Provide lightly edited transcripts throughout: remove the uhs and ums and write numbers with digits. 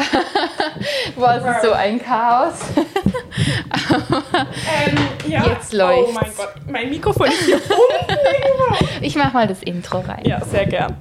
Boah, es ist so ein Chaos. Ja. Jetzt läuft's. Oh mein Gott, mein Mikrofon ist hier unten. Ich mach mal das Intro rein. Ja, sehr gern.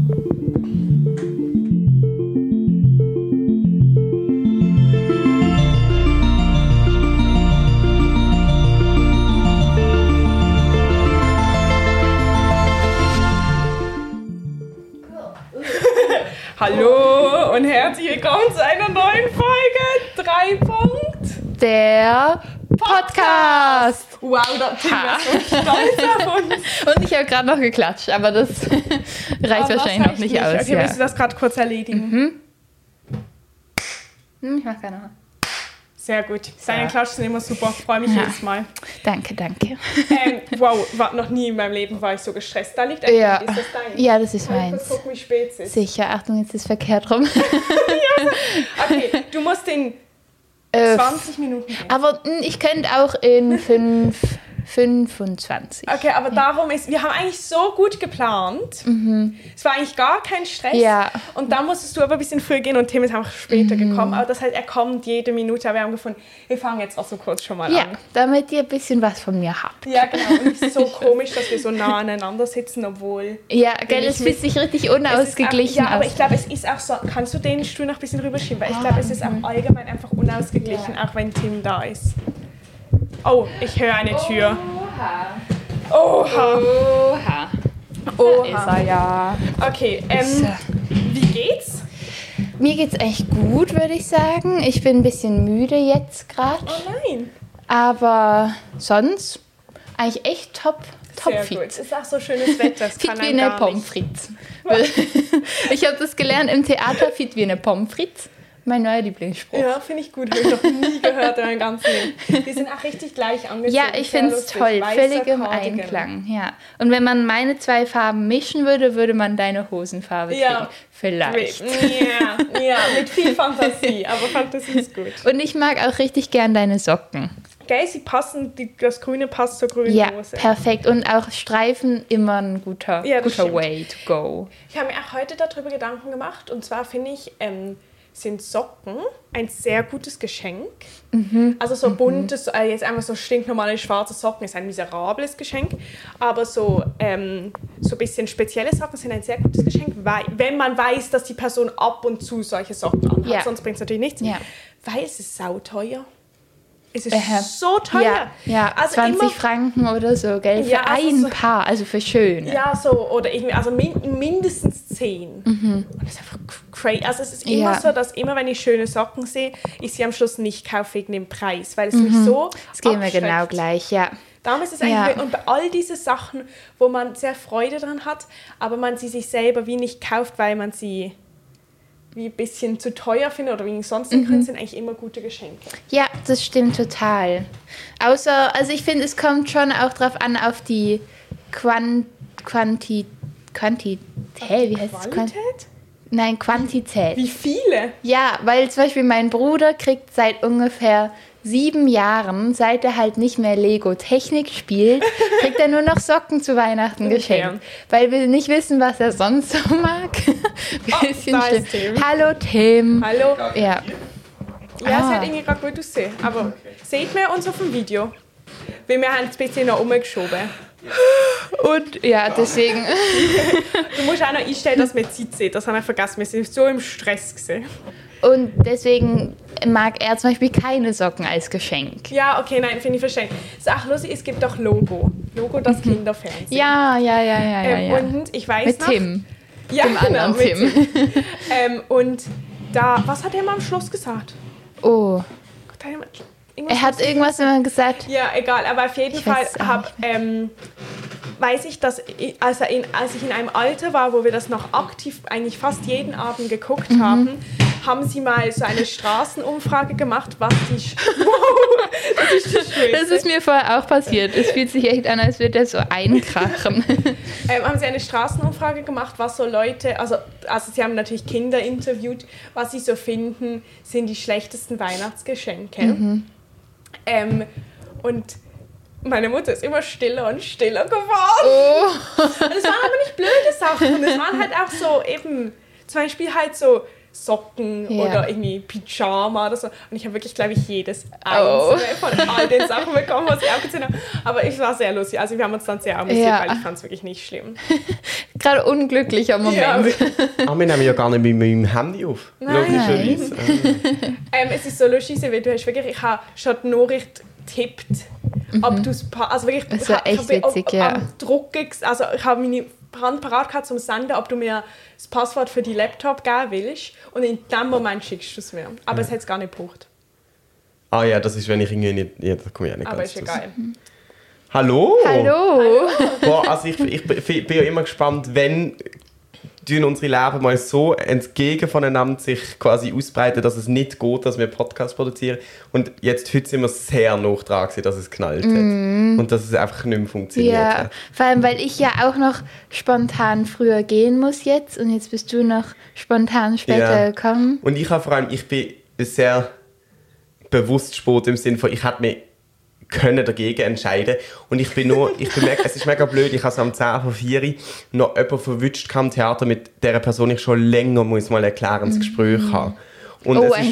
Hallo und herzlich willkommen zu einer neuen Folge 3 Punkt. Der Podcast. Wow, da Tim ist so stolz auf uns. Und ich habe gerade noch geklatscht, aber das reicht wahrscheinlich noch nicht aus. Okay, willst du das gerade kurz erledigen? Ich mach gerne noch. Sehr gut. Deine Klatschen sind immer super. Freue mich jedes Mal. Danke. Wow, noch nie in meinem Leben war ich so gestresst. Da liegt ein Ja. Ist das dein? Ja, das ist meins. Guck, wie spät es ist. Sicher, Achtung, jetzt ist verkehrt rum. Okay, du musst in 20 Minuten gehen. Aber ich könnte auch in 25. Okay, aber darum ist, wir haben eigentlich so gut geplant. Es war eigentlich gar kein Stress. Ja. Und dann musstest du aber ein bisschen früher gehen und Tim ist einfach später gekommen. Aber das heißt, er kommt jede Minute. Aber wir haben gefunden, wir fangen jetzt auch so kurz schon mal Ja, an. damit ihr ein bisschen was von mir habt. Ja, genau. Und es ist so komisch, dass wir so nah aneinander sitzen, obwohl... Ja, gell, es fühlt sich richtig unausgeglichen aber aus. ich glaube, es ist auch so... Kannst du den Stuhl noch ein bisschen rüberschieben? Weil ich glaube, es ist auch allgemein einfach unausgeglichen, auch wenn Tim da ist. Oh, ich höre eine Tür. Oha. Da ist er, ja. Okay, wie geht's? Mir geht's echt gut, würde ich sagen. Ich bin ein bisschen müde jetzt gerade. Oh nein. Aber sonst eigentlich echt top Sehr fit. gut. Es ist auch so schönes Wetter. Das Fit kann wie einem eine gar Pommes frites. Ich habe das gelernt im Theater, fit wie eine Pommes frites. Mein neuer Lieblingsspruch. Ja, finde ich gut. Habe ich noch nie gehört in meinem ganzen Leben. Die sind auch richtig gleich angezogen. Ja, ich finde es toll. Völlig im Einklang. Ja. Und wenn man meine zwei Farben mischen würde, würde man deine Hosenfarbe kriegen. Vielleicht. Ja, mit viel Fantasie. Aber Fantasie ist gut. Und ich mag auch richtig gern deine Socken. Gell, sie passen, das Grüne passt zur grünen Hose. Ja, perfekt. Und auch Streifen immer ein guter way to go. Ich habe mir auch heute darüber Gedanken gemacht. Und zwar finde ich... sind Socken ein sehr gutes Geschenk. Also so buntes, jetzt einfach so stinknormale schwarze Socken ist ein miserables Geschenk, aber so ein bisschen spezielle Socken sind ein sehr gutes Geschenk, weil, wenn man weiß, dass die Person ab und zu solche Socken anhat, sonst bringt es natürlich nichts, weil es ist sauteuer. Es ist so teuer. Ja, also 20 Franken oder so, gell? Für ein Paar, also für schöne. Ja, so, oder irgendwie, also mindestens 10. Und das ist einfach crazy. Also es ist immer so, dass immer, wenn ich schöne Socken sehe, ich sie am Schluss nicht kaufe wegen dem Preis, weil es mich so das geht mir genau gleich, ja. Darum ist es eigentlich, und bei all diese Sachen, wo man sehr Freude dran hat, aber man sie sich selber wie nicht kauft, weil man sie wie ein bisschen zu teuer finde oder wegen sonstigen Gründen, sind eigentlich immer gute Geschenke. Ja, das stimmt total. Außer, also ich finde, es kommt schon auch drauf an, auf die Quantität, wie heißt es? Qualität? Nein, Quantität. Wie viele? Ja, weil zum Beispiel mein Bruder kriegt seit ungefähr 7 Jahren, seit er halt nicht mehr Lego-Technik spielt, kriegt er nur noch Socken zu Weihnachten geschenkt. Weil wir nicht wissen, was er sonst so mag. Da ist Tim. Hallo Tim. Hallo. Ja. Ja, es hat irgendwie gerade gut aussehen. Aber seht ihr uns auf dem Video? Weil wir haben es ein bisschen noch umgeschoben. Und ja, deswegen. Du musst auch noch einstellen, dass wir Zeit sehen. Das haben wir vergessen. Wir sind so im Stress gewesen. Und deswegen mag er zum Beispiel keine Socken als Geschenk. Ja, okay, nein, finde ich verständlich. Es ist auch lustig, es gibt auch Logo. Logo, das Kinderfernsehen. Ja. Und ich weiß mit noch... Tim. Ja, dem anderen Tim. Und da... Was hat er mal am Schluss gesagt? Oh. Gott, er hat irgendwas immer gesagt. Ja, egal. Aber auf jeden Fall weiß ich, dass als ich in einem Alter war, wo wir das noch aktiv eigentlich fast jeden Abend geguckt haben, haben sie mal so eine Straßenumfrage gemacht, was die... Das ist das Schönste. Das ist mir vorher auch passiert. Es fühlt sich echt an, als würde er so einkrachen. Haben sie eine Straßenumfrage gemacht, was so Leute... Also sie haben natürlich Kinder interviewt, was sie so finden, sind die schlechtesten Weihnachtsgeschenke. Und meine Mutter ist immer stiller und stiller geworden. Und es waren aber nicht blöde Sachen. Es waren halt auch so eben, zum Beispiel halt so Socken oder irgendwie Pyjama oder so. Und ich habe wirklich, glaube ich, jedes einzelne von all den Sachen bekommen, was ich aufgezählt habe. Aber es war sehr lustig. Also wir haben uns dann sehr amüsiert, weil ich fand es wirklich nicht schlimm. Gerade unglücklicher Moment. Ja. Wir nehmen ja gar nicht mit meinem Handy auf. Logischerweise. Es ist so lustig, weil du hast wirklich, ich habe schon die Nachricht getippt, ob du es, also wirklich, das war echt witzig, am Drucken, also ich habe meine Hand parat gehabt zum Senden, ob du mir das Passwort für die Laptop geben willst, und in dem Moment schickst du es mir. Aber es hat es gar nicht gebraucht. Ah ja, das ist, wenn ich irgendwie nicht... Ja, da komme ich auch nicht aber ganz ist egal. Hallo! Hallo! Boah, also ich bin ja immer gespannt, wenn unsere Leben mal so entgegen voneinander sich quasi ausbreiten, dass es nicht geht, dass wir Podcasts produzieren. Und jetzt heute sind wir sehr nah dran, dass es knallt hat. Und dass es einfach nicht mehr funktioniert. Ja, vor allem, weil ich ja auch noch spontan früher gehen muss jetzt. Und jetzt bist du noch spontan später gekommen. Und ich bin sehr bewusst spät im Sinne von, ich hätte mich können dagegen entscheiden. Und es ist mega blöd, ich habe so am 10 vor 4 Uhr noch jemanden verwünscht am Theater, mit dieser Person ich schon länger muss mal ein klärendes Gespräch haben. Und und dann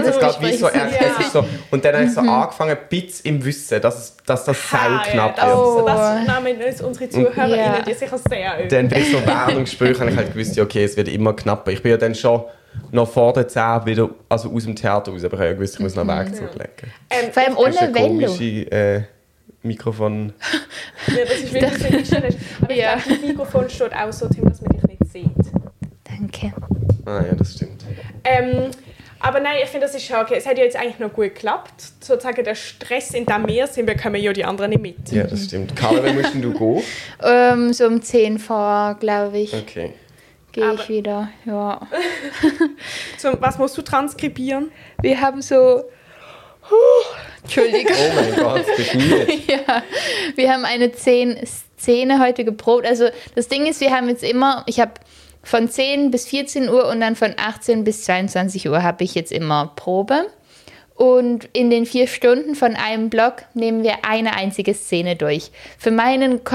habe ich so angefangen, ein bisschen im Wissen, dass das sauknapp wird. Das nehmen unsere ZuhörerInnen die sicher sehr üben. Dann bei so Warnungsgesprächen habe ich halt gewusst, okay, es wird immer knapper. Ich bin ja dann schon noch vor der 10 wieder aus dem Theater raus, aber ich habe ja gewusst, ich muss noch einen Weg zurücklegen. Vor allem ohne Velo. Komische Mikrofon. Ja, das ist wirklich nicht schön. Aber ich glaube, das Mikrofon steht auch so, Tim, dass man dich nicht sieht. Danke. Ah ja, das stimmt. Aber nein, ich finde, das ist schon okay. Es hat ja jetzt eigentlich noch gut geklappt. Sozusagen der Stress, in dem wir sind, bekommen ja die anderen nicht mit. Ja, das stimmt. Carla, wann musst denn du gehen? So um 10 vor, glaube ich. Okay. Gehe ich wieder, ja. Was musst du transkribieren? Wir haben so... Entschuldigung. Oh mein Gott, bist du müde? Ja, wir haben eine 10-Szene heute geprobt. Also das Ding ist, wir haben jetzt immer... Ich habe von 10 bis 14 Uhr und dann von 18 bis 22 Uhr habe ich jetzt immer Probe. Und in den 4 Stunden von einem Block nehmen wir eine einzige Szene durch. Für meinen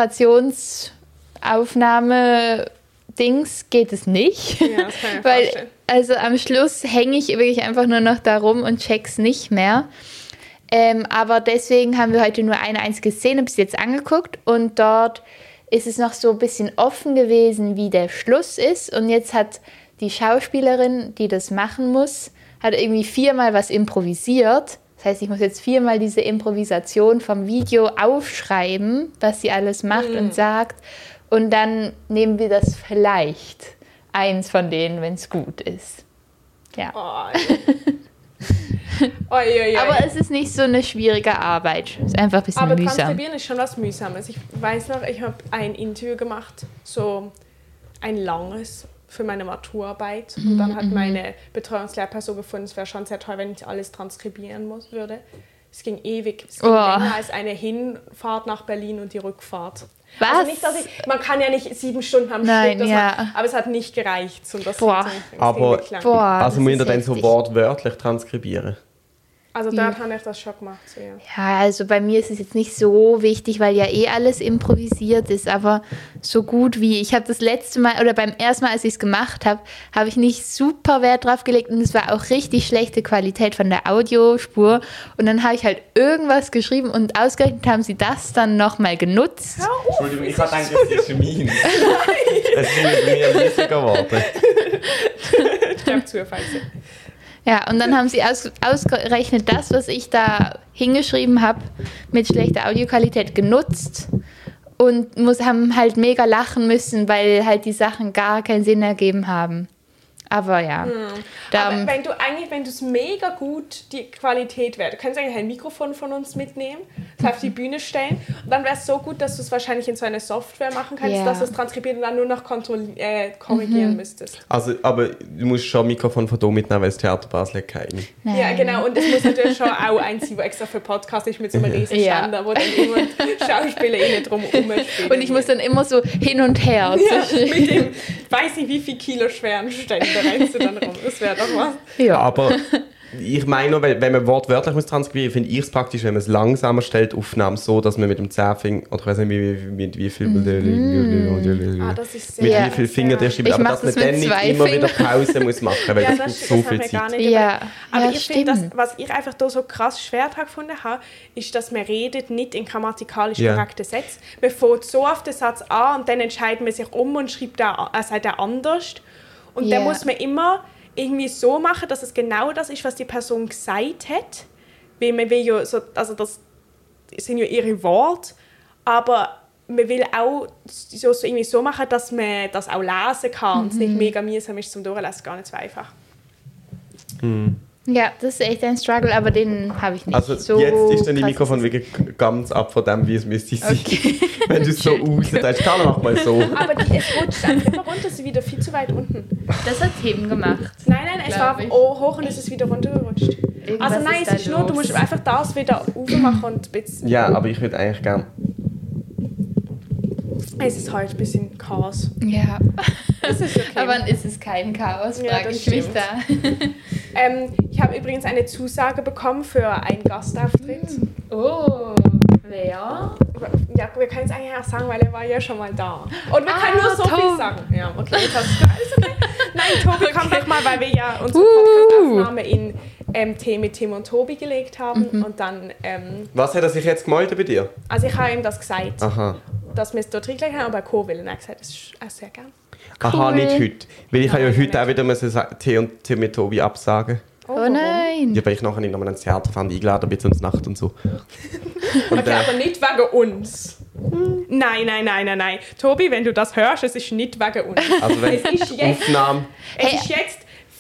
Konzentrationsaufnahme... Dings geht es nicht, ja, das kann ich weil vorstellen. Also am Schluss hänge ich wirklich einfach nur noch da rum und check's nicht mehr. Aber deswegen haben wir heute nur eine einzige Szene bis jetzt angeguckt und dort ist es noch so ein bisschen offen gewesen, wie der Schluss ist, und jetzt hat die Schauspielerin, die das machen muss, hat irgendwie 4-mal was improvisiert. Das heißt, ich muss jetzt 4-mal diese Improvisation vom Video aufschreiben, was sie alles macht und sagt. Und dann nehmen wir das vielleicht eins von denen, wenn es gut ist. Ja. Aber es ist nicht so eine schwierige Arbeit. Es ist einfach ein bisschen mühsam. Aber transkribieren ist schon was Mühsames. Ich weiß noch, ich habe ein Interview gemacht, so ein langes für meine Maturarbeit. Und dann hat meine Betreuungslehrperson gefunden, es wäre schon sehr toll, wenn ich alles transkribieren würde. Es ging ewig. Es ging länger als eine Hinfahrt nach Berlin und die Rückfahrt. Was? Also nicht, dass man kann ja nicht 7 Stunden am Stück, aber es hat nicht gereicht, um das zu machen. Also müsst ihr dann so wortwörtlich transkribieren? Also dort habe ich das schon gemacht. So, ja. Ja, also bei mir ist es jetzt nicht so wichtig, weil ja alles improvisiert ist, aber so gut wie, ich habe das letzte Mal, oder beim ersten Mal, als ich es gemacht habe, habe ich nicht super Wert drauf gelegt und es war auch richtig schlechte Qualität von der Audiospur und dann habe ich halt irgendwas geschrieben und ausgerechnet haben sie das dann nochmal genutzt. Entschuldigung, ich habe gedacht, es ist meins. Es ist mit mir lustiger geworden. Ich glaube, Zufall. Ja, und dann haben sie ausgerechnet das, was ich da hingeschrieben habe, mit schlechter Audioqualität genutzt und haben halt mega lachen müssen, weil halt die Sachen gar keinen Sinn ergeben haben. Aber ja. Aber wenn du es mega gut die Qualität wäre, du könntest eigentlich ein Mikrofon von uns mitnehmen, das auf die Bühne stellen und dann wäre es so gut, dass du es wahrscheinlich in so eine Software machen kannst, dass du es transkribieren und dann nur noch korrigieren müsstest. Also, aber du musst schon ein Mikrofon von hier mitnehmen, weil das Theater Basel hat keine. Ja, genau. Und es muss natürlich schon auch eins sein, der extra für Podcast ist, mit so einem riesen Ständer, wo dann jemand Schauspieler innen drum rumspielen. Und ich muss dann immer so hin und her. Mit dem, weiß nicht wie viel Kilo schweren Ständer rennst du dann rum. Das wäre doch was. Ja. Aber ich meine nur, wenn man wortwörtlich muss transkribieren, finde ich es praktisch, wenn man es langsamer stellt, Aufnahmen so, dass man mit dem Zehnfinger, oder ich weiß nicht, mit wie viel... das ist sehr, mit wie viel Finger der schreibt, aber dass man dann nicht immer wieder Pause muss machen, weil das ist so viel Zeit. Aber ich finde, was ich einfach da so krass schwer gefunden habe, ist, dass man redet nicht in grammatikalisch korrekten Sätzen. Man fängt so auf den Satz an und dann entscheidet man sich und schreibt sagt er anders. Und dann muss man immer irgendwie so machen, dass es genau das ist, was die Person gesagt hat. Weil man will ja so, also das sind ja ihre Worte, aber man will auch irgendwie so machen, dass man das auch lesen kann und es nicht mega mühsam ist zum Durchlesen, gar nicht so einfach. Ja, das ist echt ein Struggle, aber den habe ich nicht. Also so jetzt ist dann die Mikrofon wirklich ganz ab von dem, wie es müsste sein. Okay. Wenn du es so rausdrehst. Carla, mach mal so. Aber es rutscht einfach immer runter, es ist wieder viel zu weit unten. Das hat Themen gemacht. Nein, es war hoch und es ist wieder runtergerutscht. Also nein, es ist nur, du musst einfach das wieder aufmachen und ein bisschen... Ja, aber ich würde eigentlich gerne... Es ist halt ein bisschen Chaos. Ja. Das ist okay. Aber ist es kein Chaos, frage ich mich da. Ich habe übrigens eine Zusage bekommen für einen Gastauftritt. Oh, wer? Ja, wir können es eigentlich auch sagen, weil er war ja schon mal da. Und wir können nur so viel sagen. Ja, okay, jetzt hast du alles okay. Nein, Tobi kommt noch mal, weil wir ja unsere Podcast-Aufnahme in Tee mit Tim und Tobi gelegt haben. Und dann... Was hat er sich jetzt gemeldet bei dir? Also ich habe ihm das gesagt. Aha. Dass wir es dort reingelegt haben, aber Co. will. Und er hat gesagt, das ist auch sehr gerne. Cool. Aha, nicht heute. Weil ich habe ja heute auch wieder Tee und Tim mit Tobi absagen. Oh nein! Ja, weil ich nachher nicht nochmal ans Theater fand, eingeladen bin, zur Nacht und so. Und okay, aber nicht wegen uns. Nein. Tobi, wenn du das hörst, es ist nicht wegen uns. Also wenn es ist jetzt, Aufnahme... Es ist jetzt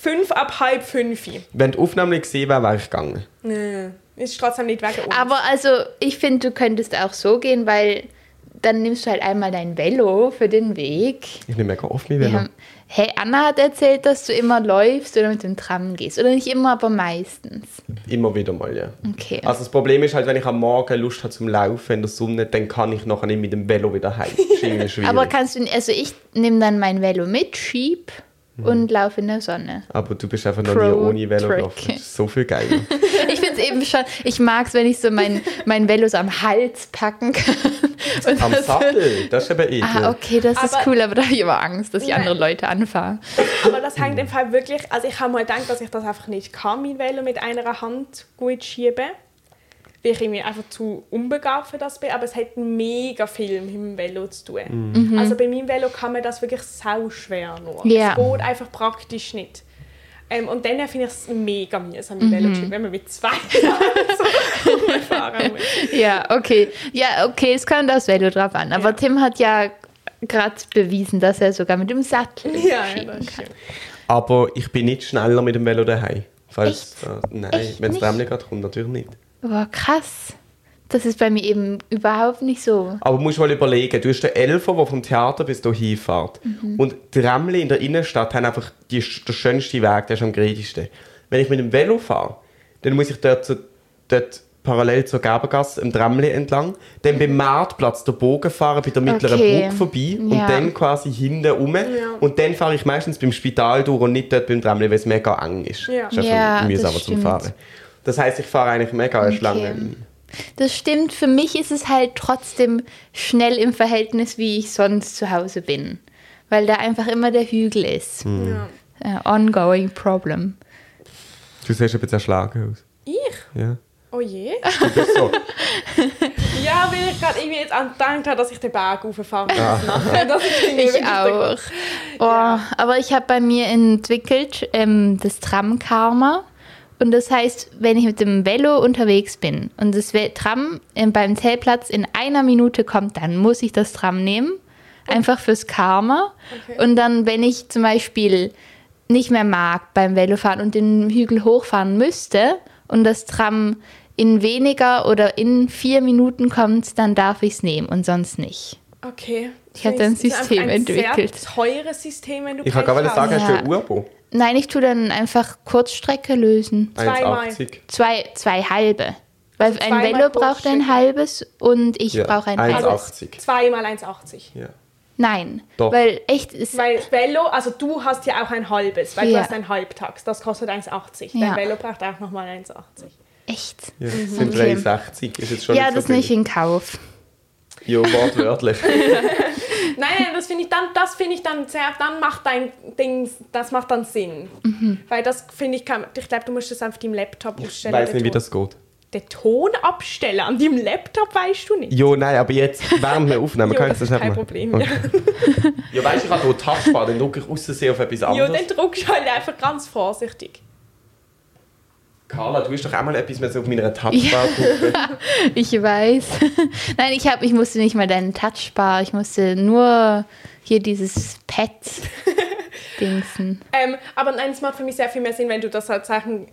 4:30. Wenn die Aufnahme nicht gesehen wäre, wäre ich gegangen. Es ist trotzdem nicht wegen uns. Aber also, ich finde, du könntest auch so gehen, weil dann nimmst du halt einmal dein Velo für den Weg. Ich nehme mega oft mein Velo. Hey, Anna hat erzählt, dass du immer läufst oder mit dem Tram gehst. Oder nicht immer, aber meistens. Immer wieder mal, ja. Okay. Also das Problem ist halt, wenn ich am Morgen Lust habe zum Laufen in der Sonne, dann kann ich nachher nicht mit dem Velo wieder heim. Das ist irgendwie schwierig. Aber kannst du, also ich nehme dann mein Velo mit, schieb und laufe in der Sonne. Aber du bist einfach noch nie ohne Velo gelaufen. Das ist so viel geiler. Ich finde es eben schon, ich mag es, wenn ich so mein Velo so am Hals packen kann. Und am Sattel, das ist eben edel. Ah, okay, das ist cool, aber da habe ich immer Angst, dass ich andere Leute anfahre. Aber das hängt im Fall wirklich, also ich habe mal gedacht, dass ich das einfach nicht kann, mein Velo mit einer Hand gut schieben. Weil ich irgendwie einfach zu unbegabt für das bin, aber es hat mega viel mit dem Velo zu tun. Also bei meinem Velo kann man das wirklich sau schwer nur. Ja. Es geht einfach praktisch nicht. Und dann finde ich es mega mühsam, mein Velo zu schieben, wenn man mit zwei so fahren muss. Ja, okay, es kommt aufs Velo drauf an. Aber Tim hat ja gerade bewiesen, dass er sogar mit dem Sattel schieben kann. Aber ich bin nicht schneller mit dem Velo daheim. Falls, nein, wenn es Tram gerade kommt, natürlich nicht. Wow, krass. Das ist bei mir eben überhaupt nicht so. Aber du musst mal überlegen, du hast den Elfer, der vom Theater bis hierhin fährt. Und die Tramli in der Innenstadt haben einfach den schönsten Weg, der ist am gerätesten. Wenn ich mit dem Velo fahre, dann muss ich dort parallel zur Gebergasse im Tramli entlang, dann beim Marktplatz den Bogen fahren, bei der mittleren Brücke vorbei und dann quasi hinten rum. Ja. Und dann fahre ich meistens beim Spital durch und nicht dort beim Tramli, weil es mega eng ist. Ja. Das ist einfach mühsamer zum Fahren. Das heisst, ich fahre eigentlich mega eine Schlange. Das stimmt. Für mich ist es halt trotzdem schnell im Verhältnis, wie ich sonst zu Hause bin. Weil da einfach immer der Hügel ist. Ongoing problem. Du siehst ein bisschen erschlagen aus. Ich? Ja. Oh je. Du bist so. Ja, weil ich gerade irgendwie jetzt gedacht habe, dass ich den Berg rauffahren muss. Ich auch. Aber ich habe bei mir entwickelt das Tram-Karma. Und das heißt, wenn ich mit dem Velo unterwegs bin und das Tram beim Zeltplatz in 1 Minute kommt, dann muss ich das Tram nehmen. Einfach fürs Karma. Okay. Und dann, wenn ich zum Beispiel nicht mehr mag beim Velofahren und den Hügel hochfahren müsste und das Tram in weniger oder in 4 Minuten kommt, dann darf ich es nehmen und sonst nicht. Okay. Ich habe dann ein System entwickelt. Sehr teures System, wenn du Ich kann gar nicht sagen, hast du ein Urbo? Nein, ich tue dann einfach Kurzstrecke lösen. 1,80. Zwei halbe. Weil ein Velo braucht ein halbes und ich brauche ein halbes. 1,80. 2 mal 1,80. Ja. Nein, Doch. weil echt ist... Weil Velo, also du hast ja auch ein halbes, weil du hast ein Halbtags, das kostet 1,80. Ja. Dein Velo braucht auch nochmal 1,80. Echt? Ja, das sind Okay. 3,60. Ist jetzt schon Ja, nicht so das nehme ich billig. in Kauf. Ja, wortwörtlich. Nein, das finde ich dann sehr, dann macht dein Ding, das macht dann Sinn. Weil das finde ich, ich glaube, du musst das auf deinem Laptop Ich ausstellen. weiß den nicht, wie Ton. das geht. Den Ton abstellen an deinem Laptop weißt du nicht. Jo, nein, aber jetzt während wir aufnehmen, Jo, kann ich das das ist nicht kein machen? Problem. Okay. Ja, weißt du, ich habe hier Touchbar, dann drücke ich aussehen auf etwas Ja, anderes. dann drückst du halt einfach ganz vorsichtig. Carla, du hast doch auch mal etwas mehr so auf meiner Touchbar gucken. Ich weiß. Nein, ich musste nicht mal deinen Touchbar, ich musste nur hier dieses Pad dingsen. Aber nein, es macht für mich sehr viel mehr Sinn, wenn du das halt Sachen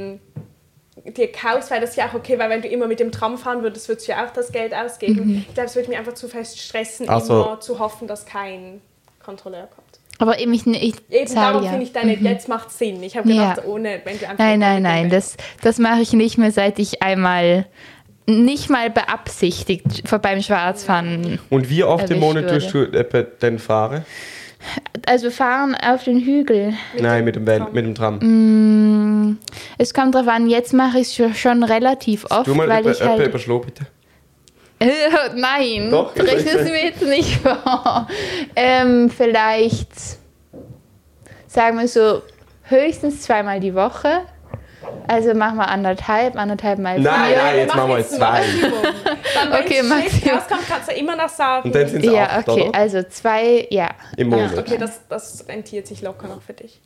dir kaufst, weil das ist ja auch okay, weil wenn du immer mit dem Tram fahren würdest, würdest du ja auch das Geld ausgeben. Ich glaube, es würde mich einfach zu fest stressen, Also- immer zu hoffen, dass kein Kontrolleur kommt. Aber eben, ich Eben zahle darum ja. finde ich deine, jetzt macht Sinn. Ich habe gedacht, ohne, wenn du einfach... Nein, das mache ich nicht mehr, seit ich einmal nicht mal beabsichtigt beim Schwarzfahren. Und wie oft im Monat Erwischt tust du etwa dann fahren? Also fahren auf den Hügel. Nein, mit dem Tram. Es kommt drauf an, jetzt mache ich es schon relativ oft, Du mal weil ich halt... überschlagen, bitte. Nein, Doch, ich rechne weiß es mir jetzt nicht vor. Vielleicht, sagen wir so, höchstens 2-mal die Woche. Also machen wir anderthalb mal Nein, 4. nein, jetzt machen wir jetzt 2. Dann, wenn Okay, es schlecht Maximum. rauskommt, kannst du immer noch sagen... Und dann sind es Ja, 8, okay, oder? also 2, ja. Im Monat. Okay, das rentiert sich locker noch für dich.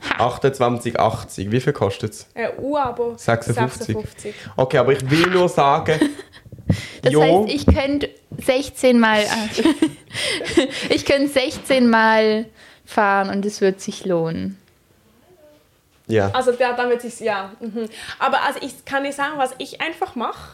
28,80. Wie viel kostet es? U-Abo 56. Okay, aber ich will nur sagen... Das jo, heißt, ich könnte 16 Mal... ich könnte 16 Mal fahren und es wird sich lohnen. ja. Also ja, damit ich ja. Aber also ich kann dir sagen, was ich einfach mache,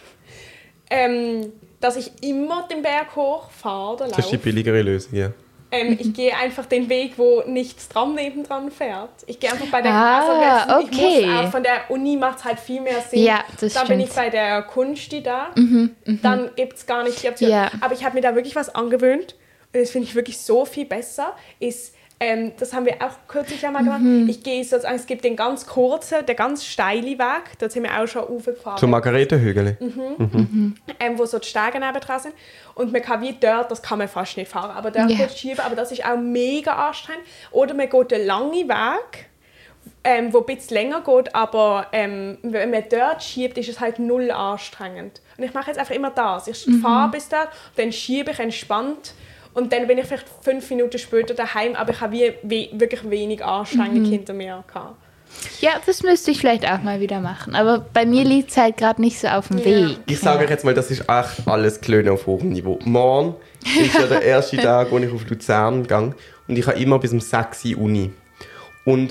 dass ich immer den Berg hoch fahre oder Das ist die laufe. billigere Lösung, ja. Ich gehe einfach den Weg, wo nicht das Tram nebendran fährt. Ich gehe einfach bei der ich okay. muss auch, von der Uni macht es halt viel mehr Sinn. Ja, das da bin ich stimmt. bei der Kunsti da. Dann gibt es gar nicht die Option. Ja. Aber ich habe mir da wirklich was angewöhnt. Und das finde ich wirklich so viel besser. Ist, das haben wir auch kürzlich einmal gemacht. Ich gehe sozusagen, es gibt den ganz kurzen, der ganz steile Weg. Da sind wir auch schon raufgefahren. Zum Margaretenhügel. Wo so die Stege neben dran sind. Und man kann wie dort, das kann man fast nicht fahren, aber dort Ja. gut schieben, aber das ist auch mega anstrengend. Oder man geht einen langen Weg, wo ein bisschen länger geht, aber wenn man dort schiebt, ist es halt null anstrengend. Und ich mache jetzt einfach immer das. Ich fahre bis dort, dann schiebe ich entspannt und dann bin ich vielleicht 5 Minuten später daheim, aber ich habe wirklich wenig Anstrengung hinter mir gehabt. Ja, das müsste ich vielleicht auch mal wieder machen. Aber bei mir liegt es halt gerade nicht so auf dem Weg. Ich sage euch jetzt mal, das ist echt alles Klöne auf hohem Niveau. Morgen ist ja der erste Tag, wo ich auf Luzern gehe. Und ich habe immer bis um 6 Uhr Uni. Und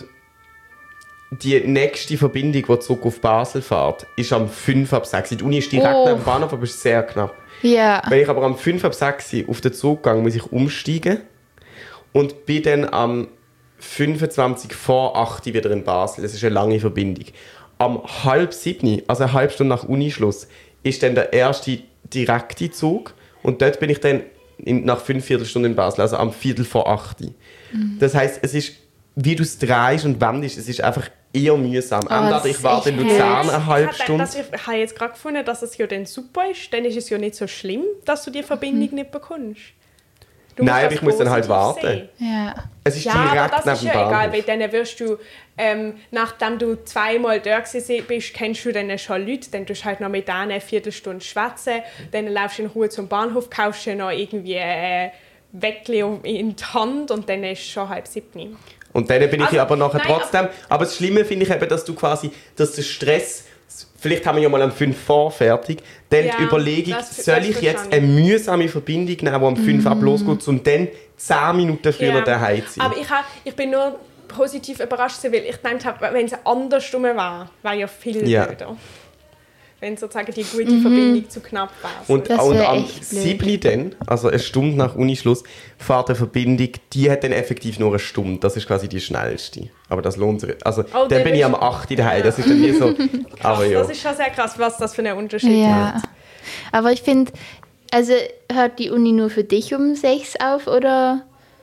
die nächste Verbindung, die zurück auf Basel fährt, ist am 5 ab 6 Uhr. Die Uni ist direkt neben dem Bahnhof, aber ist sehr knapp. Ja. Wenn ich aber am 5 ab 6 Uhr auf den Zug gehe, muss ich umsteigen. Und bin dann am 25 vor 8 Uhr wieder in Basel. Das ist eine lange Verbindung. Am 6:30, also eine halbe Stunde nach Unischluss, ist dann der erste direkte Zug. Und dort bin ich dann nach 45 Stunden in Basel, also am 7:45 vor 8 Uhr. Das heisst, es ist, wie du es drehst und wendest, es ist einfach eher mühsam. das Ich ist warte in echt Luzern eine halbe Ich Stunde. habe jetzt gerade gefunden, dass es ja dann super ist. Dann ist es ja nicht so schlimm, dass du die Verbindung nicht bekommst. Du musst Nein, aber das ich muss dann halt positiv warten. sehen. Ja. Es ist Ja, aber direkt das neben ist dem ja egal, Bahnhof. weil dann wirst du, nachdem du 2-mal da bist, kennst du dann schon Leute, dann tust du halt noch mit denen eine Viertelstunde schwätzen, dann laufst du in Ruhe zum Bahnhof, kaufst dir noch irgendwie ein Weckli in die Hand und dann ist es schon 6:30. Und dann bin ich Also, ja aber nachher nein, trotzdem... Aber das Schlimme finde ich eben, dass du quasi... Dass der Stress... Vielleicht haben wir ja mal am 5 vor fertig. Dann Ja, die Überlegung, das soll ich jetzt verstehe ich. eine mühsame Verbindung nehmen, die am 5 ab losgeht, und dann 10 Minuten früher daheim zu sein? Aber ich bin nur positiv überrascht, weil ich gedacht habe, wenn es andersrum wäre ja viel Ja. blöder. Wenn sozusagen die gute Verbindung zu knapp wäre. Und, Das und wär am echt blöd. 7. dann, also eine Stunde nach Unischluss, fährt eine Verbindung, die hat dann effektiv nur eine Stunde. Das ist quasi die schnellste. Aber das lohnt sich. Also dann dann bin ich bist am du- 8. daheim. Das ist dann wie so... Aber ja. Das ist schon sehr krass, was das für einen Unterschied Ja. macht. Aber ich finde, Also hört die Uni nur für dich um 6 auf oder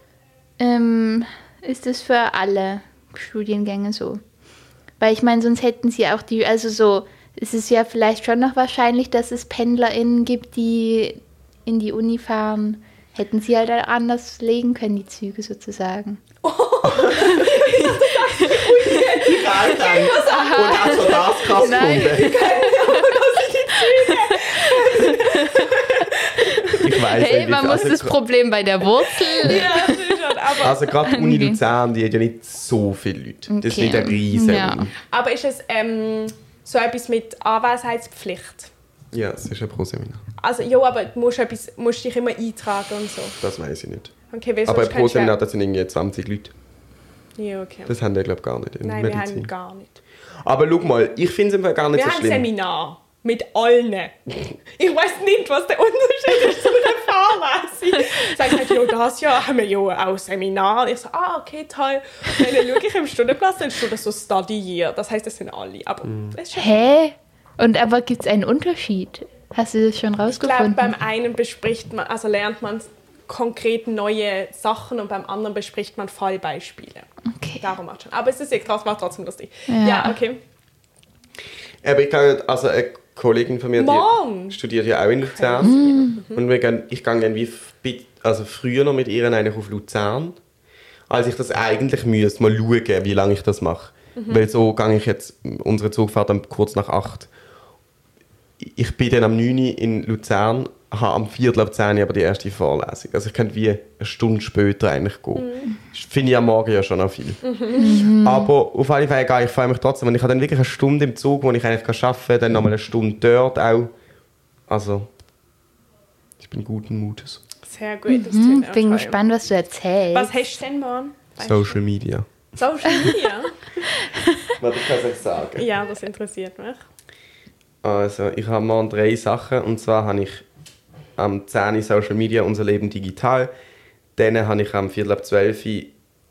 ist das für alle Studiengänge so? Weil ich meine, sonst hätten sie auch es ist ja vielleicht schon noch wahrscheinlich, dass es PendlerInnen gibt, die in die Uni fahren. Hätten sie halt anders legen können, die Züge sozusagen. Die Rheinland. Und also das krass gefunden. Ich weiß Hey, nicht, man muss das Problem bei der Wurzel... Ja, das ist schon, aber... Also gerade die Uni Luzern, die hat ja nicht so viele Leute. Das ist nicht eine riesige Uni. Aber ist es so etwas mit Anwesenheitspflicht? Ja, es ist ein Pro-Seminar. Also ja, aber du musst dich immer eintragen und so. Das weiß ich nicht. Okay, weil Aber ein sonst kannst du Pro-Seminar, das sind irgendwie 20 Leute. Ja, okay. Das haben wir, glaube ich, gar nicht in Nein, Medizin. wir haben gar nicht. Aber schau mal, ich finde es gar nicht Wir so haben schlimm. ein Seminar mit allen. Ich weiß nicht, was der Unterschied ist zu einer Fahrlesung. Sagen halt, ja, das Jahr haben wir ja auch ein Seminar. Ich so, okay, toll. Und dann schaue ich im Stundenplan, dann steht das so Study Year. Das heisst, das sind alle. Aber das ist schon... Hä? Aber gibt es einen Unterschied? Hast du das schon Ich glaube, rausgefunden? beim einen lernt man konkret neue Sachen und beim anderen bespricht man Fallbeispiele. Okay. Darum macht schon. Aber es ist ja krass, macht trotzdem lustig. Ja. Ja, okay. Aber ich kann, also eine Kollegin von mir, die studiert ja auch in Luzern. Und ich gehe dann früher noch mit ihr eigentlich auf Luzern, als ich das eigentlich müsste, mal schauen, wie lange ich das mache. Weil so gehe ich jetzt, unsere Zugfahrt dann kurz nach 8. Ich bin dann am 9 in Luzern, habe am 9:45 aber die erste Vorlesung. Also ich könnte wie eine Stunde später eigentlich gehen. Das finde ich am Morgen ja schon noch viel. Aber auf jeden Fall freue ich mich trotzdem. Und ich habe dann wirklich eine Stunde im Zug, wo ich eigentlich arbeiten kann, dann nochmal eine Stunde dort auch. Also, ich bin guten Mutes. Sehr gut, das klingt Bin toll. gespannt, was du erzählst. Was hast du denn morgen? Social Media. Social Media? Was kann ich sagen? Ja, das interessiert mich. Also, ich habe morgen 3 Sachen. Und zwar habe ich am 10 Uhr Social Media, unser Leben digital. Dann habe ich am 11:45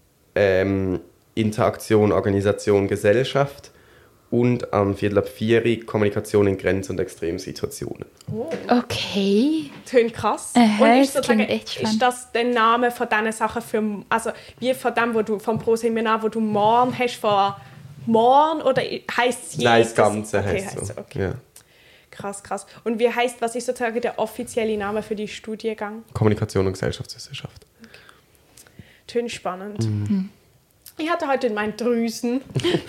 Interaktion, Organisation, Gesellschaft. Und am 4:45 Kommunikation in Grenz- und Extremsituationen. Okay. Tönt krass. Aha, Und das klingt echt spannend. ist das der Name von diesen Sachen wie von dem, vom Pro-Seminar, wo du morgen hast, von morgen, oder heisst es Nein, das Ganze okay, heisst so. Okay. Ja. Krass. Und was ist sozusagen der offizielle Name für die Studiengang? Kommunikation und Gesellschaftswissenschaft. Tönt spannend. Ich hatte heute meinen Drüsen.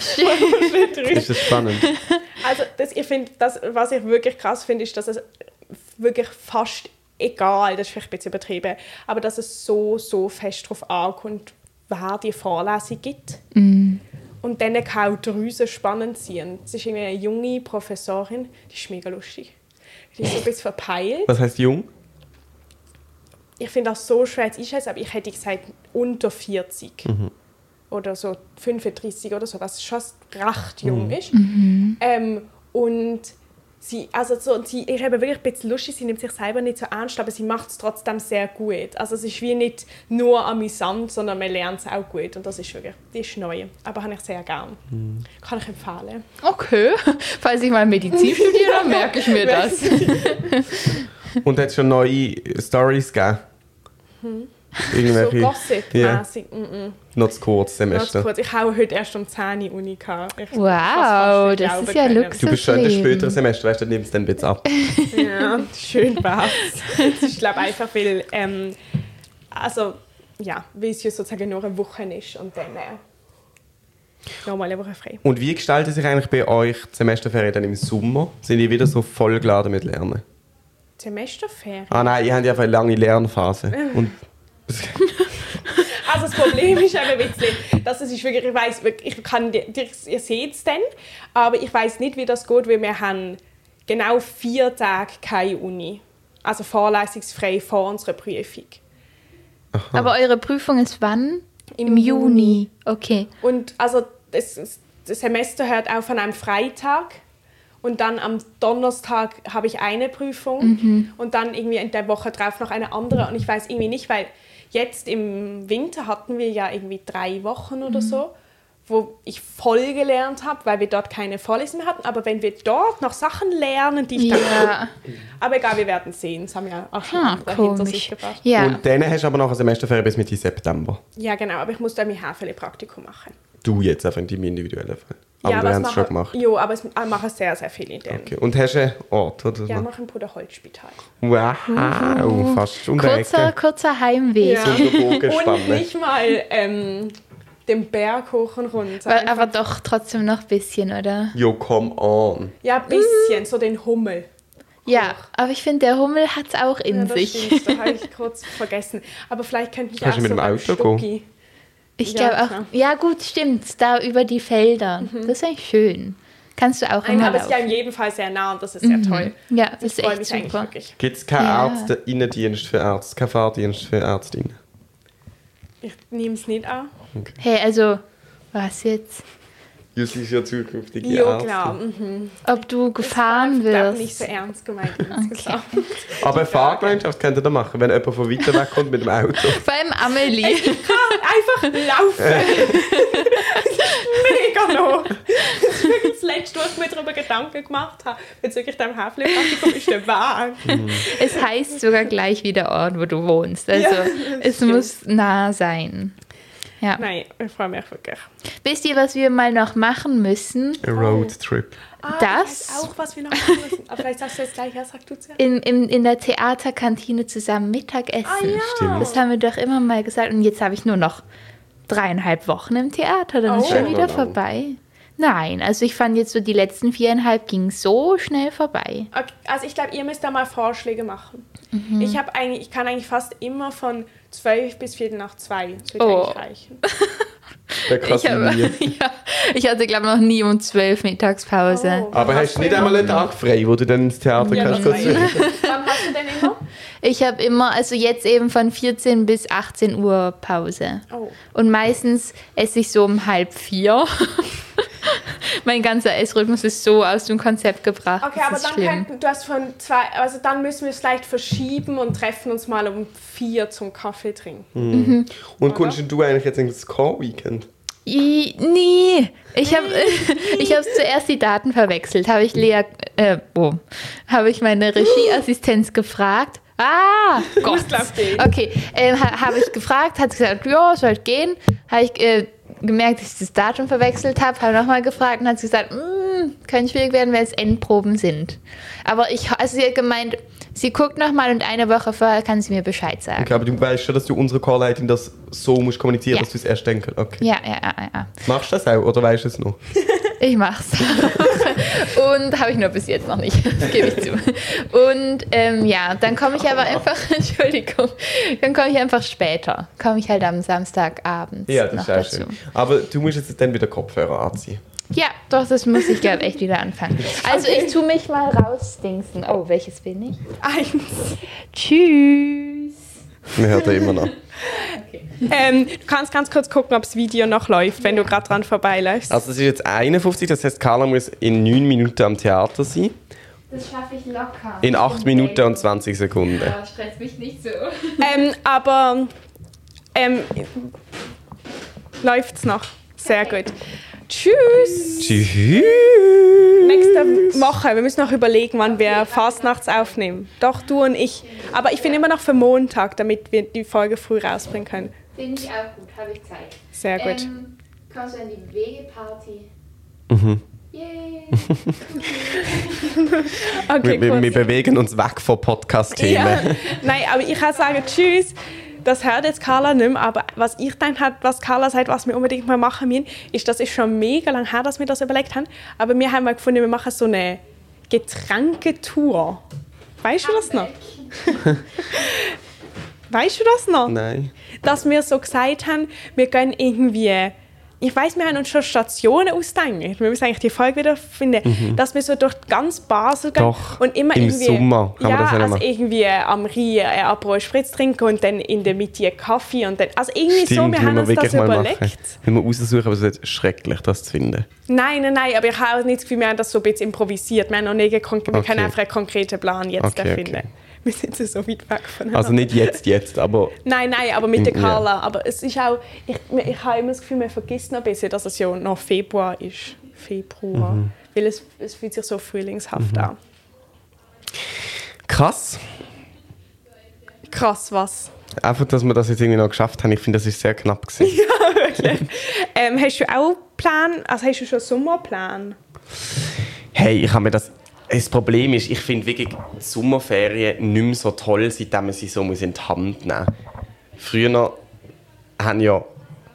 Ist das spannend? Also ich finde, was ich wirklich krass finde, ist, dass es wirklich fast egal, das ist vielleicht ein bisschen übertrieben, aber dass es so fest darauf ankommt, wer die Vorlesung gibt. Und dann kann auch die Drüse spannend sein. Das ist eine junge Professorin, die ist mega lustig. Die ist so ein bisschen verpeilt. Was heißt jung? Ich finde das so schwer zu einschätzen, aber ich hätte gesagt unter 40. Oder so 35 oder so, was schon recht jung ist. Und sie ist eben wirklich ein bisschen lustig, sie nimmt sich selber nicht so ernst, aber sie macht es trotzdem sehr gut. Also es ist wie nicht nur amüsant, sondern man lernt es auch gut. Und das ist wirklich, die ist neu. Aber habe ich sehr gern. Kann ich empfehlen. Okay. Falls ich mal Medizin studiere, merke ich mir das. Und hat es schon neue Stories gegeben? So Gossip-mässig. Noch zu kurz, Ganz Semester. kurz. Ich habe heute erst um 10 Uhr Uni gehabt. Wow, das ist ja Luxus. Du bist schon in den späteren Semester, weißt du, dann nimmst du dann ein bisschen ab. Ja, schön war's. Es ist, glaube ich, einfach, weil, weil es ja sozusagen nur eine Woche ist und dann nochmal eine Woche frei. Und wie gestaltet sich eigentlich bei euch die Semesterferien dann im Sommer? Sind die wieder so voll geladen mit Lernen? Semesterferien? Ah nein, ihr habt ja eine lange Lernphase. Und Also das Problem ist eben ein bisschen, dass es ist wirklich, ich weiss, ihr seht es dann, aber ich weiss nicht, wie das geht, weil wir haben genau 4 Tage keine Uni. Also vorlesungsfrei vor unserer Prüfung. Aha. Aber eure Prüfung ist wann? Im Juni. Okay. Und also das Semester hört auf an einem Freitag. Und dann am Donnerstag habe ich eine Prüfung und dann irgendwie in der Woche drauf noch eine andere. Und ich weiß irgendwie nicht, weil jetzt im Winter hatten wir ja irgendwie 3 Wochen oder so. wo ich voll gelernt habe, weil wir dort keine Vorlesungen mehr hatten. Aber wenn wir dort noch Sachen lernen, die ich dann... Aber egal, wir werden sehen. Das haben wir auch schon andere hinter sich gebracht. Ja. Und dann hast du aber noch eine Semesterferien bis Mitte September. Ja, genau. Aber ich muss da mein Haarpflege-Praktikum machen. Du jetzt einfach in deinem individuellen Fall. Aber du hast es schon gemacht. Ja, aber ich mache sehr, sehr viel in dem. Okay. Und hast du einen Ort? Oder? Ja, ich mache im Bruderholzspital. Wow, fast um die Ecke. Kurzer Heimweg. Ja. So eine Und Bogenspanne. nicht mal den Berg hoch und runter. Aber doch trotzdem noch ein bisschen, oder? Jo, come on. Ja, ein bisschen, so den Hummel. Ja, aber ich finde, der Hummel hat es auch in Das sich. stimmt, da habe ich kurz vergessen. Aber vielleicht könnte ich Kannst auch du mit so dem beim Auto Stucki. Ich Ja, glaube auch. klar. Ja, gut, stimmt. Da über die Felder. Das ist eigentlich schön. Kannst du auch Nein, immer aber es ist ja laufen. in jedem Fall sehr nah und das ist sehr toll. Ja, das Ich ist freue echt mich eigentlich super. wirklich. Gibt es keinen Ja. Ärzte-Innendienst für Ärzte, keinen Fahrdienst für Ärztinnen? Ich nehme es nicht an. Hey, also, was jetzt? Jussi ist ja zukünftige Ja, Ärztin. klar. Ob du gefahren Ich glaube wirst? nicht so ernst gemeint insgesamt. Aber eine Fahrgemeinschaft könnt ihr da machen, wenn jemand von weiter weg kommt mit dem Auto. Vor allem Amelie. Einfach laufen. Das ist mega noch. Das ist wirklich das Letzte, was ich mir darüber Gedanken gemacht habe. Bezüglich deinem Haarpflegepraktikum ist der Weg. Es heißt sogar gleich wie der Ort, wo du wohnst. Also, Ja, es stimmt. muss nah sein. Ja. Nein, ich freue mich wirklich. Wisst ihr, was wir mal noch machen müssen? Ein Roadtrip. Ah, Das- Ich weiß auch, was wir noch machen müssen. Aber vielleicht sagst du jetzt gleich, ja, sag du zuerst. In der Theaterkantine zusammen Mittagessen. Stimmt. Das haben wir doch immer mal gesagt. Und jetzt habe ich nur noch 3,5 Wochen im Theater. Dann ist Oh. schon wieder Genau. vorbei. Nein, also ich fand jetzt so die letzten 4,5 ging so schnell vorbei. Okay, also ich glaube, ihr müsst da mal Vorschläge machen. Ich kann eigentlich fast immer von 12 bis 1:45. Das wird Oh. eigentlich reichen. Der Kasimir. Ich hatte, glaube ich, noch nie um 12 Mittagspause. Oh. Aber hast du nicht einmal einen Tag frei, wo du dann ins Theater Ja, kannst? das gehen? Wann hast du denn immer? Ich habe immer, also jetzt eben von 14 bis 18 Uhr Pause. Oh. Und meistens esse ich so um 3:30. Mein ganzer Essrhythmus ist so aus dem Konzept gebracht. Okay, das aber ist dann schlimm. könnten, du hast von 2, also dann müssen wir es vielleicht verschieben und treffen uns mal um 4 zum Kaffee trinken. Und kommst du eigentlich jetzt ins Core-Weekend? Nee, ich habe zuerst die Daten verwechselt. Habe ich habe ich meine Regieassistenz gefragt. Gott. glaub gehen. Okay, habe ich gefragt, hat sie gesagt, ja, soll gehen. Habe ich gemerkt, dass ich das Datum verwechselt habe, habe nochmal gefragt und hat sie gesagt, könnte schwierig werden, weil es Endproben sind. Aber sie hat gemeint, sie guckt nochmal und eine Woche vorher kann sie mir Bescheid sagen. Okay, aber du weißt schon, dass du unserer Chorleitung das so musst kommunizieren, Ja. dass du es erst denken. Okay. Ja. Machst du das auch oder weißt du es noch? Ich mach's. Und habe ich nur bis jetzt noch nicht, das gebe ich zu. Und dann komme ich aber einfach, Entschuldigung, dann komme ich einfach später. Komme ich halt am Samstagabend Ja, das noch ist auch dazu. schön. Aber du musst jetzt dann wieder Kopfhörer anziehen. Ja, doch, das muss ich, glaube echt wieder anfangen. Also ich tue mich mal rausdingsen. Oh, welches bin ich? 1. Tschüss. Wir hören ja immer noch. Du kannst ganz kurz gucken, ob das Video noch läuft, wenn du gerade dran vorbeiläufst. Also es ist jetzt 51, das heißt, Carla muss in 9 Minuten am Theater sein. Das schaffe ich locker. In 8 Minuten und 20 Sekunden. Oh, stress mich nicht so. Aber läuft's noch. Sehr gut. Tschüss. Tschüss. Nächste Woche. Wir müssen noch überlegen, wann wir Fastnachts aufnehmen. Doch, du und ich. Aber ich bin immer noch für Montag, damit wir die Folge früh rausbringen können. Finde ich auch gut, habe ich Zeit. Sehr gut. Kommst du an die Wegeparty? Yay! Okay, Wir bewegen uns weg von Podcast-Themen. Ja. Nein, aber ich kann sagen, tschüss. Das hört jetzt Carla nicht mehr, aber was ich dann was Carla sagt, was wir unbedingt mal machen müssen, ist, das ist schon mega lang her, dass wir das überlegt haben, aber wir haben mal gefunden, wir machen so eine Getränketour. Weißt du das noch? Weißt du das noch? Nein. Dass wir so gesagt haben, wir gehen irgendwie, ich weiss, wir haben uns schon Stationen ausgedacht. Wir müssen eigentlich die Folge wieder finden, dass wir so durch ganz Basel gehen Doch, und immer im irgendwie, Sommer kann man das ja also machen. irgendwie am Rhein ein Aperol Spritz trinken und dann in der Mitte einen Kaffee und dann, also irgendwie so, wir haben uns das überlegt. Wenn wir raussuchen, aber es ist schrecklich, das zu finden. Nein, aber ich habe nicht das Gefühl, wir haben das so ein bisschen improvisiert. Wir haben noch nie wir können Okay. einfach einen konkreten Plan jetzt Okay, erfinden. okay. Wir sind so weit weg voneinander. Also nicht jetzt, aber... Nein, aber mit der Carla. Aber es ist auch... Ich habe immer das Gefühl, man vergisst noch ein bisschen, dass es ja noch Februar ist. Weil es fühlt sich so frühlingshaft an. Krass. Krass, was? Einfach, dass wir das jetzt irgendwie noch geschafft haben. Ich finde, das ist sehr knapp gewesen. Ja, wirklich. Hast du auch Plan? Also hast du schon einen Sommerplan? Hey, ich habe mir das... Das Problem ist, ich finde wirklich die Sommerferien nicht mehr so toll, seitdem man sie so in die Hand nehmen muss. Früher haben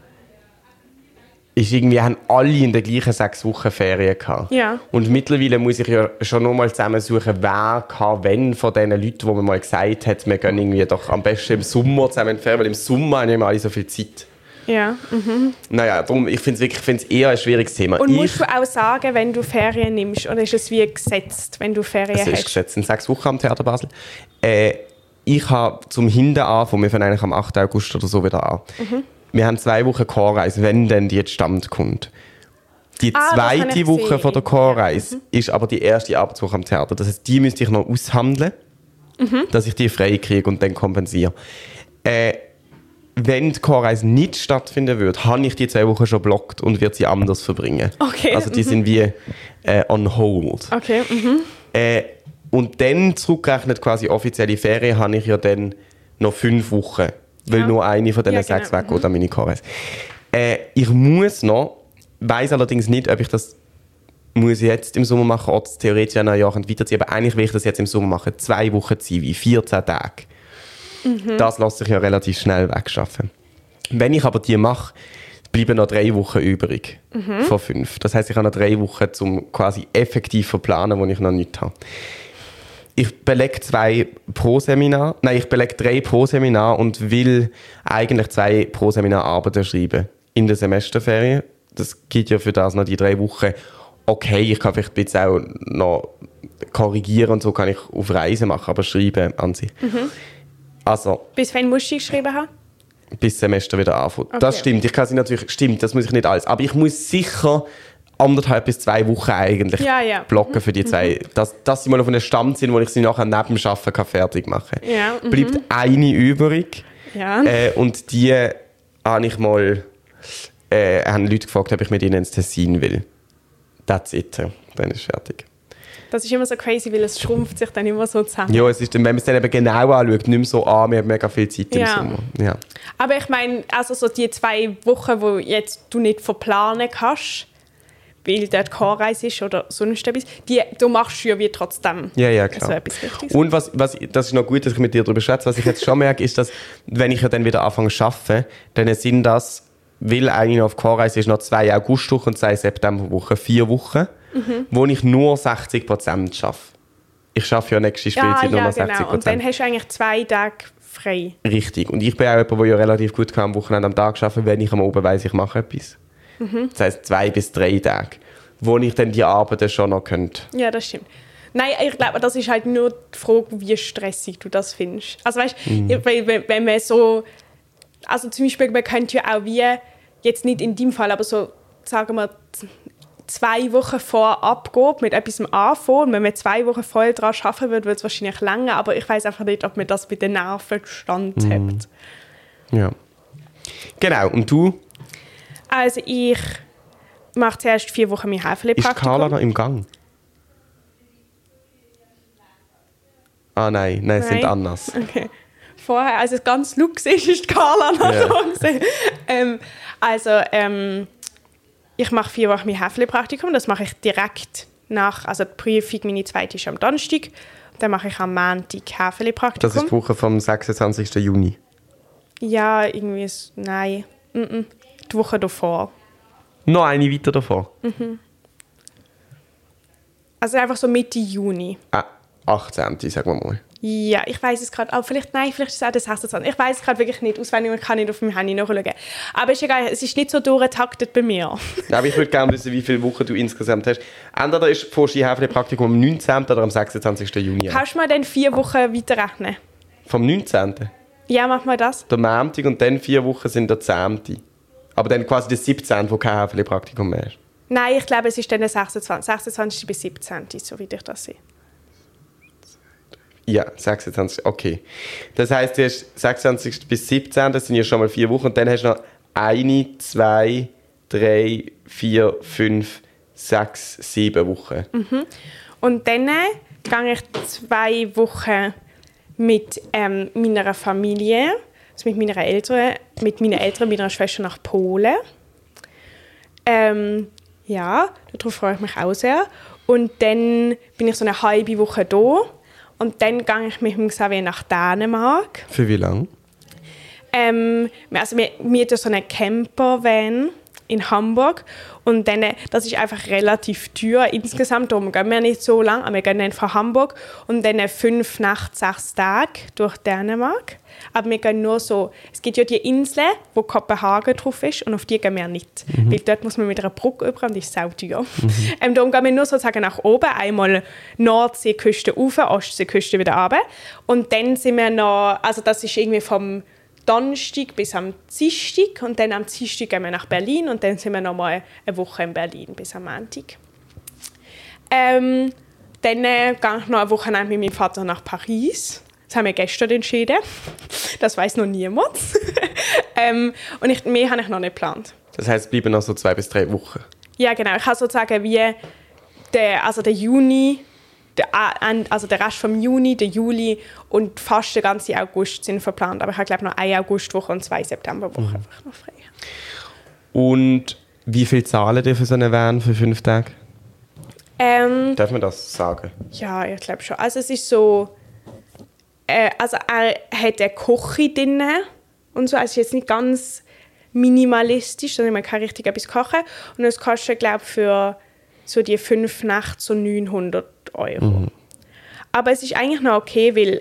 alle in den gleichen 6 Wochen Ferien gehabt. Ja. Und mittlerweile muss ich ja schon noch mal zusammensuchen, wer kann, wenn von den Leuten, wo man mal gesagt hat, wir gehen irgendwie doch am besten im Sommer zusammen in die Ferien, weil im Sommer haben wir alle so viel Zeit. Ja. Naja, darum, ich finde es eher ein schwieriges Thema. Und musst du auch sagen, wenn du Ferien nimmst, oder ist es wie gesetzt, wenn du Ferien hast? Es ist gesetzt, in 6 Wochen am Theater Basel. Ich habe zum Hinten anfangen, wir fangen eigentlich am 8. August oder so wieder an. Wir haben 2 Wochen Chorreise, wenn dann die jetzt Stand kommt. Die zweite Woche von der Chorreise ist aber die erste Arbeitswoche am Theater. Das heisst, die müsste ich noch aushandeln, dass ich die frei kriege und dann kompensiere. Wenn die Chorreise nicht stattfinden würde, habe ich die 2 Wochen schon blockt und wird sie anders verbringen. Okay. Also die sind wie on hold. Okay. Und dann zurückgerechnet quasi offizielle Ferien habe ich ja dann noch 5 Wochen. Weil nur eine von diesen 6 weggeht an meine Chorreise. Ich muss noch, weiss allerdings nicht, ob ich das muss jetzt im Sommer machen oder theoretisch in einem Jahr weiterziehen. Aber eigentlich will ich das jetzt im Sommer machen. 2 Wochen Zivi, 14 Tage. Das lässt sich ja relativ schnell wegschaffen. Wenn ich aber die mache, bleiben noch 3 Wochen übrig von 5. Das heisst, ich habe noch 3 Wochen, um quasi effektiv zu planen, wo ich noch nichts habe. Ich belege 2 pro Seminar. Nein, ich belege 3 pro Seminar und will eigentlich 2 pro Seminar Arbeiten schreiben in der Semesterferien. Das gibt ja für das noch die 3 Wochen. Okay, ich kann vielleicht ein bisschen auch noch korrigieren und so kann ich auf Reisen machen, aber schreiben an sich. Also, bis wann musst du geschrieben haben? Bis das Semester wieder anfängt. Okay. Das stimmt. Ich kann sie natürlich, stimmt, das muss ich nicht alles. Aber ich muss sicher 1,5 bis 2 Wochen eigentlich blocken für die 2. Dass sie mal auf einem Stand sind, wo ich sie nachher neben dem Arbeiten kann fertig machen kann. Ja, Bleibt eine übrig. Ja. Und die habe ich mal haben Leute gefragt, ob ich mit ihnen ins Tessin will. That's it. Dann ist es fertig. Das ist immer so crazy, weil es schrumpft sich dann immer so zusammen. Ja, es ist, wenn man es dann eben genau anschaut, nicht mehr so an, wir haben mega viel Zeit im Sommer. Ja. Aber ich meine, also so die 2 Wochen, wo jetzt du nicht verplanen kannst, weil dort Chorreise ist oder sonst etwas, du machst ja wie trotzdem ja, klar. so etwas Richtiges. Und das ist noch gut, dass ich mit dir darüber schätze, was ich jetzt schon merke, ist, dass, wenn ich ja dann wieder anfange zu arbeiten, dann sind das, weil eigentlich auf Chorreise ist, noch 2 Augustwochen und 2 Septemberwochen, 4 Wochen, wo ich nur 60% arbeite. Ich arbeite ja nächste Spielzeit nur noch 60%. Genau. Und dann hast du eigentlich 2 Tage frei. Richtig. Und ich bin auch jemand, der ja relativ gut am Wochenende am Tag arbeiten, wenn ich am Oben weiss, ich mache etwas. Das heisst 2 bis 3 Tage, wo ich dann die Arbeit schon noch könnte. Ja, das stimmt. Nein, ich glaube, das ist halt nur die Frage, wie stressig du das findest. Also weißt, wenn man so, also zum Beispiel, man könnte ja auch wie, jetzt nicht in deinem Fall, aber so, sagen wir, 2 Wochen vor Abgabe mit etwas anfangen. Und wenn man 2 Wochen voll daran arbeiten würde, würde es wahrscheinlich länger, aber ich weiß einfach nicht, ob man das mit den Nerven standhält. Ja. Genau, und du? Also ich mache zuerst 4 Wochen mein Häfele-Praktikum. Ist Carla noch im Gang? Ah nein, es sind anders. Okay. Vorher, als es ganz Lux ist Carla noch da. Ich mache 4 Wochen mein Häfele-Praktikum. Das mache ich direkt nach, also die Prüfung, meine zweite ist am Donnerstag. Dann mache ich am Montag Häfele-Praktikum. Das ist die Woche vom 26. Juni? Ja, irgendwie nein. Die Woche davor. Noch eine weiter davor? Also einfach so Mitte Juni. 18. sagen wir mal. Ja, ich weiß es gerade. Vielleicht ist es auch der 26. Ich weiß es gerade wirklich nicht. Auswendig, ich kann nicht auf meinem Handy nachschauen. Aber ist egal, es ist nicht so durchgetaktet bei mir. Aber ich würde gerne wissen, wie viele Wochen du insgesamt hast. Entweder ist das Häfele-Praktikum am 19. oder am 26. Juni. Kannst du mal dann 4 Wochen weiterrechnen? Vom 19.? Ja, mach mal das. Der Montag und dann 4 Wochen sind der 10. Aber dann quasi der 17., wo kein Häfele-Praktikum mehr ist. Nein, ich glaube, es ist dann der 26. 26. bis 17., so wie ich das sehe. Ja, 26. Okay. Das heisst, du hast 26. bis 17. Das sind ja schon mal 4 Wochen. Und dann hast du noch 1, 2, 3, 4, 5, 6, 7 Wochen. Mhm. Und dann gehe ich 2 Wochen mit meiner Familie, also mit meinen Eltern, meiner Schwester nach Polen. Ja, darauf freue ich mich auch sehr. Und dann bin ich so eine halbe Woche da. Und dann gehe ich mit dem Xavier nach Dänemark. Für wie lange? Also wir mieten so einen Campervan in Hamburg. Und dann, das ist einfach relativ teuer insgesamt. Darum gehen wir nicht so lang, aber wir gehen dann von Hamburg und dann 5 Nächte, 6 Tage durch Dänemark. Aber wir gehen nur so, es gibt ja die Insel, wo Kopenhagen drauf ist, und auf die gehen wir nicht. Weil dort muss man mit einer Brücke über und die ist sau teuer. Darum gehen wir nur sozusagen nach oben, einmal Nordseeküste rauf, Ostseeküste wieder runter. Und dann sind wir noch, also das ist irgendwie vom Donnerstag bis am Dienstag, und dann am Dienstag gehen wir nach Berlin und dann sind wir noch mal eine Woche in Berlin bis am Montag. Dann gehe ich noch eine Woche mit meinem Vater nach Paris. Das haben wir gestern entschieden. Das weiss noch niemand. Und mehr habe ich noch nicht geplant. Das heisst, es bleiben noch so 2 bis 3 Wochen? Ja, genau. Ich habe sozusagen wie der Juni, also der Rest vom Juni, der Juli und fast der ganze August sind verplant. Aber ich habe, glaube ich, noch 1 Augustwoche und 2 Septemberwochen einfach noch frei. Und wie viel zahlen ihr für so einen Van für 5 Tage? Darf man das sagen? Ja, ich glaube schon. Also es ist so, also er hat eine Küche drin und so. Also es ist jetzt nicht ganz minimalistisch, sondern man kann richtig etwas kochen. Und es kostet, glaube ich, für so die 5 Nächte so 900 €. Aber es ist eigentlich noch okay, weil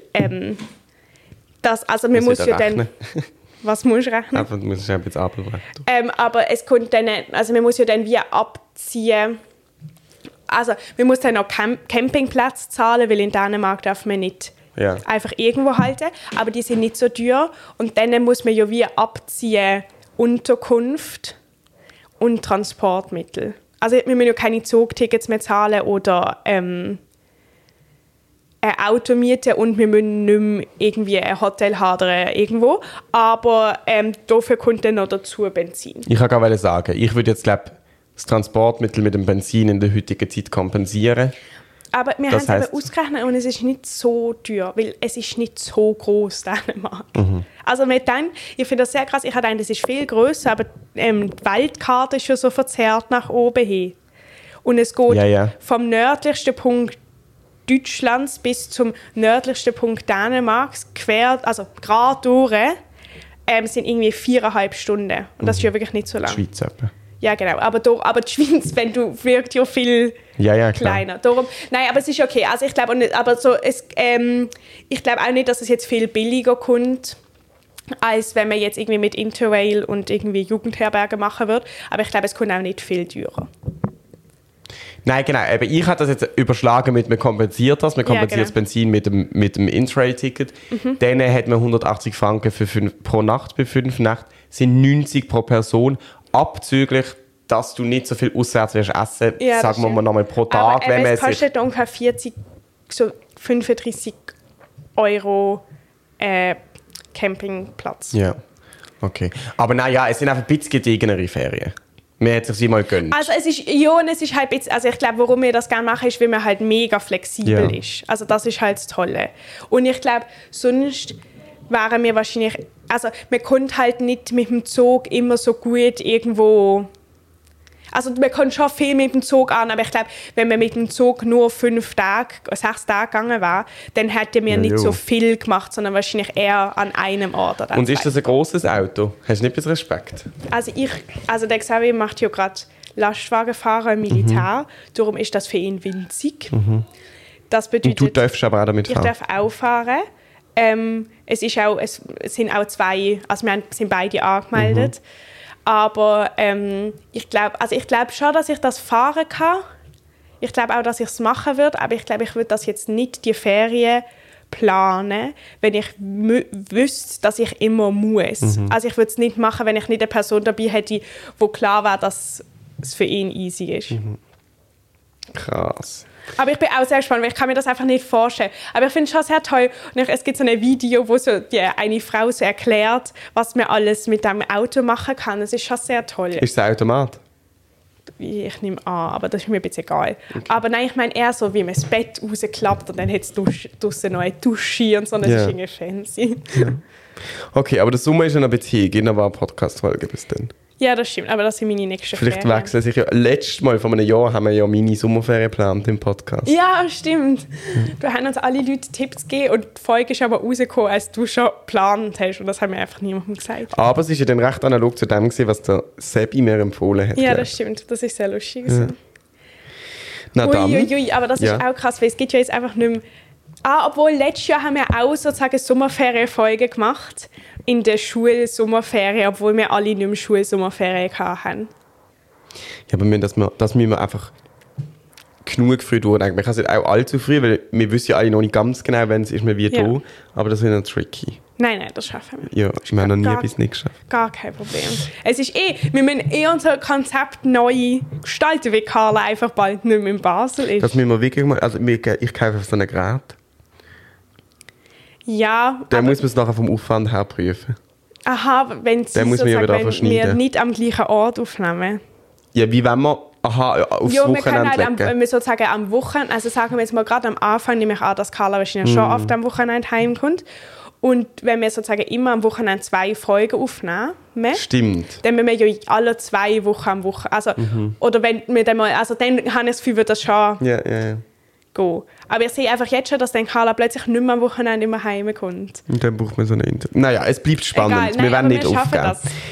man muss ja dann... Was musst du rechnen? Einfach, du musst ein bisschen abbrechen. Aber es kommt dann, also man muss ja dann wie abziehen. Also man muss dann noch Campingplatz zahlen, weil in Dänemark darf man nicht einfach irgendwo halten. Aber die sind nicht so teuer. Und dann muss man ja wie abziehen Unterkunft und Transportmittel. Also wir müssen ja keine Zugtickets mehr zahlen oder ein Auto mieten und wir müssen nicht mehr irgendwie ein Hotel hadern irgendwo. Aber dafür kommt dann noch dazu Benzin. Ich wollte gerade sagen, ich würde jetzt, glaube das Transportmittel mit dem Benzin in der heutigen Zeit kompensieren. Aber wir haben es eben ausgerechnet und es ist nicht so teuer, weil es ist nicht so groß, Dänemark. Also ich finde das sehr krass, ich habe gedacht, das ist viel grösser, aber die Weltkarte ist schon so verzerrt nach oben hin. Und es geht vom nördlichsten Punkt Deutschlands bis zum nördlichsten Punkt Dänemarks, also gerade durch, sind irgendwie 4,5 Stunden. Und das ist ja wirklich nicht so lang. Schweiz etwa. Ja, genau. Aber die Schweiz, wirkt ja viel kleiner. Darum, nein, aber es ist okay. Also ich glaube auch nicht, dass es jetzt viel billiger kommt, als wenn man jetzt irgendwie mit Interrail und irgendwie Jugendherberge machen würde. Aber ich glaube, es kommt auch nicht viel teurer. Nein, genau. Aber ich habe das jetzt überschlagen mit, man kompensiert das. Man kompensiert das Benzin mit dem Interrail-Ticket. Dann hat man 180 Franken pro Nacht bei 5 Nächten. Das sind 90 pro Person. Abzüglich, dass du nicht so viel auswärts wirst essen, sagen wir mal nochmal pro Tag. Aber es kostet ungefähr 35 € Campingplatz. Ja, okay. Aber naja, es sind einfach ein bisschen gediegenere Ferien. Man hat sich sie mal gönnt. Also es ist halt bisschen, also ich glaube, warum wir das gerne machen, ist, weil man halt mega flexibel ist. Also das ist halt das Tolle. Und ich glaube, sonst wären wir wahrscheinlich, also man kommt halt nicht mit dem Zug immer so gut irgendwo, also man kommt schon viel mit dem Zug an, aber ich glaube, wenn man mit dem Zug nur 6 Tage gegangen wäre, dann hätten wir nicht so viel gemacht, sondern wahrscheinlich eher an einem Ort. Oder und ist das ein grosses Auto? Hast du nicht ein bisschen Respekt? Also der Xavier macht ja gerade Lastwagenfahrer im Militär, darum ist das für ihn winzig. Das bedeutet, und du darfst aber auch damit fahren? Ich darf auch fahren. Es sind auch 2, also wir sind beide angemeldet. Aber ich glaube schon, dass ich das fahren kann. Ich glaube auch, dass ich es machen würde. Aber ich glaube, ich würde das jetzt nicht die Ferien planen, wenn ich wüsste, dass ich immer muss. Also ich würde es nicht machen, wenn ich nicht eine Person dabei hätte, wo klar wäre, dass es für ihn easy ist. Krass. Aber ich bin auch sehr gespannt, weil ich kann mir das einfach nicht vorstellen. Aber ich finde es schon sehr toll. Und es gibt so ein Video, wo so eine Frau so erklärt, was man alles mit dem Auto machen kann. Das ist schon sehr toll. Ist es ein Automat? Ich nehme an, aber das ist mir ein bisschen egal. Okay. Aber nein, ich meine eher so, wie man das Bett rausklappt und dann hat es draussen noch eine Dusche und so. Das ist irgendwie fancy. Ja. Okay, aber der Sommer ist ja noch ein bisschen hin. Gehen aber eine Podcast-Folge bis dann. Ja, das stimmt, aber das sind meine nächsten Vielleicht Ferien. wechseln sich ja. Letztes Mal vor einem Jahr haben wir ja meine Sommerferien geplant im Podcast. Ja, stimmt. Du hast uns alle Leute Tipps gegeben und die Folge ist aber rausgekommen, als du schon geplant hast. Und das haben wir einfach niemandem gesagt. Aber es ist ja dann recht analog zu dem, was der Sebi mir empfohlen hat. Ja, das stimmt. Das ist sehr lustig. Ja. Na dann. Ui, aber das ist auch krass, weil es gibt ja jetzt einfach nicht mehr... obwohl, letztes Jahr haben wir auch sozusagen Sommerferienfolgen gemacht. In der Schulsommerferien, obwohl wir alle nicht mehr Schulsommerferien hatten. Ja, aber das müssen wir einfach genug früh durchdenken. Man kann es nicht auch allzu früh, weil wir wissen ja alle noch nicht ganz genau, wenn es ist, wir wie da. Aber das ist noch tricky. Nein, das schaffen wir. Ja, wir haben noch nie etwas nicht geschafft. Gar kein Problem. Es ist wir müssen unser Konzept neu gestalten, weil Carla einfach bald nicht mehr in Basel ist. Das müssen wir wirklich mal, also ich kaufe so ein Gerät. Ja. Dann muss man es nachher vom Aufwand her prüfen. Aha, wenn wir nicht am gleichen Ort aufnehmen. Ja, wie wenn wir aufs Wochenende legen. Wenn wir sozusagen am Wochenende, also sagen wir jetzt mal gerade am Anfang, nehme ich an, dass Carla wahrscheinlich schon oft am Wochenende heimkommt. Und wenn wir sozusagen immer am Wochenende 2 Folgen aufnehmen, stimmt. Dann müssen wir ja alle 2 Wochen am Wochenende, also, oder wenn wir dann mal, also dann habe ich das Gefühl, wird das schon gehen. Aber ich sehe einfach jetzt schon, dass dann Carla plötzlich nicht mehr am Wochenende immer heimkommt. Und dann braucht man so eine Naja, es bleibt spannend. Egal, wir werden nicht aufgeben.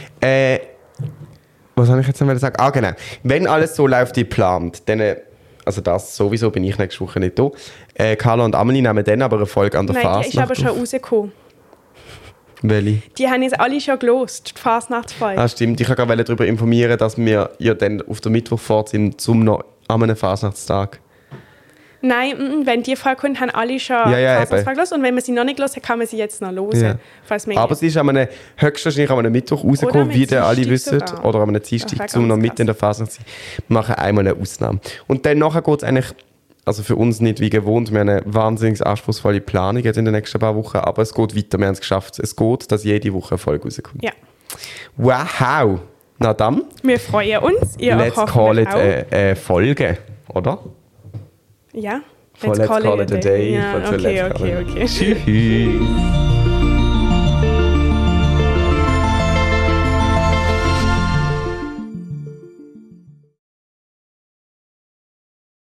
Was soll ich jetzt noch sagen? Genau. Wenn alles so läuft wie geplant, dann, also das sowieso bin ich nächste Woche nicht da. Carla und Amelie nehmen dann aber eine Folge an der Fasnacht. Nein, die ist aber schon rausgekommen. Welche? Die haben jetzt alle schon gelost, die Fasnachtsfolge. Ah, stimmt. Ich wollte darüber informieren, dass wir ja dann auf der Mittwoch fort sind an einem Fasnachtstag. Nein, wenn die Folge kommt, haben alle schon Fasnachtsfolge gelost. Und wenn man sie noch nicht gelost hat, kann man sie jetzt noch hören. Ja. Aber sie ist höchstwahrscheinlich an einem Mittwoch rausgekommen, wie ihr alle wisst. Oder an einem Dienstag, um noch mit in der Fasnacht zu sein. Wir machen einmal eine Ausnahme. Und dann nachher geht es eigentlich, also für uns nicht wie gewohnt, wir haben eine wahnsinnig anspruchsvolle Planung jetzt in den nächsten paar Wochen, aber es geht weiter, wir haben es geschafft. Es geht, dass jede Woche eine Folge rauskommt. Ja. Wow! Na dann. Wir freuen uns. Let's call it eine Folge, oder? Ja. Let's call it a day. Ja, okay. Tschüss.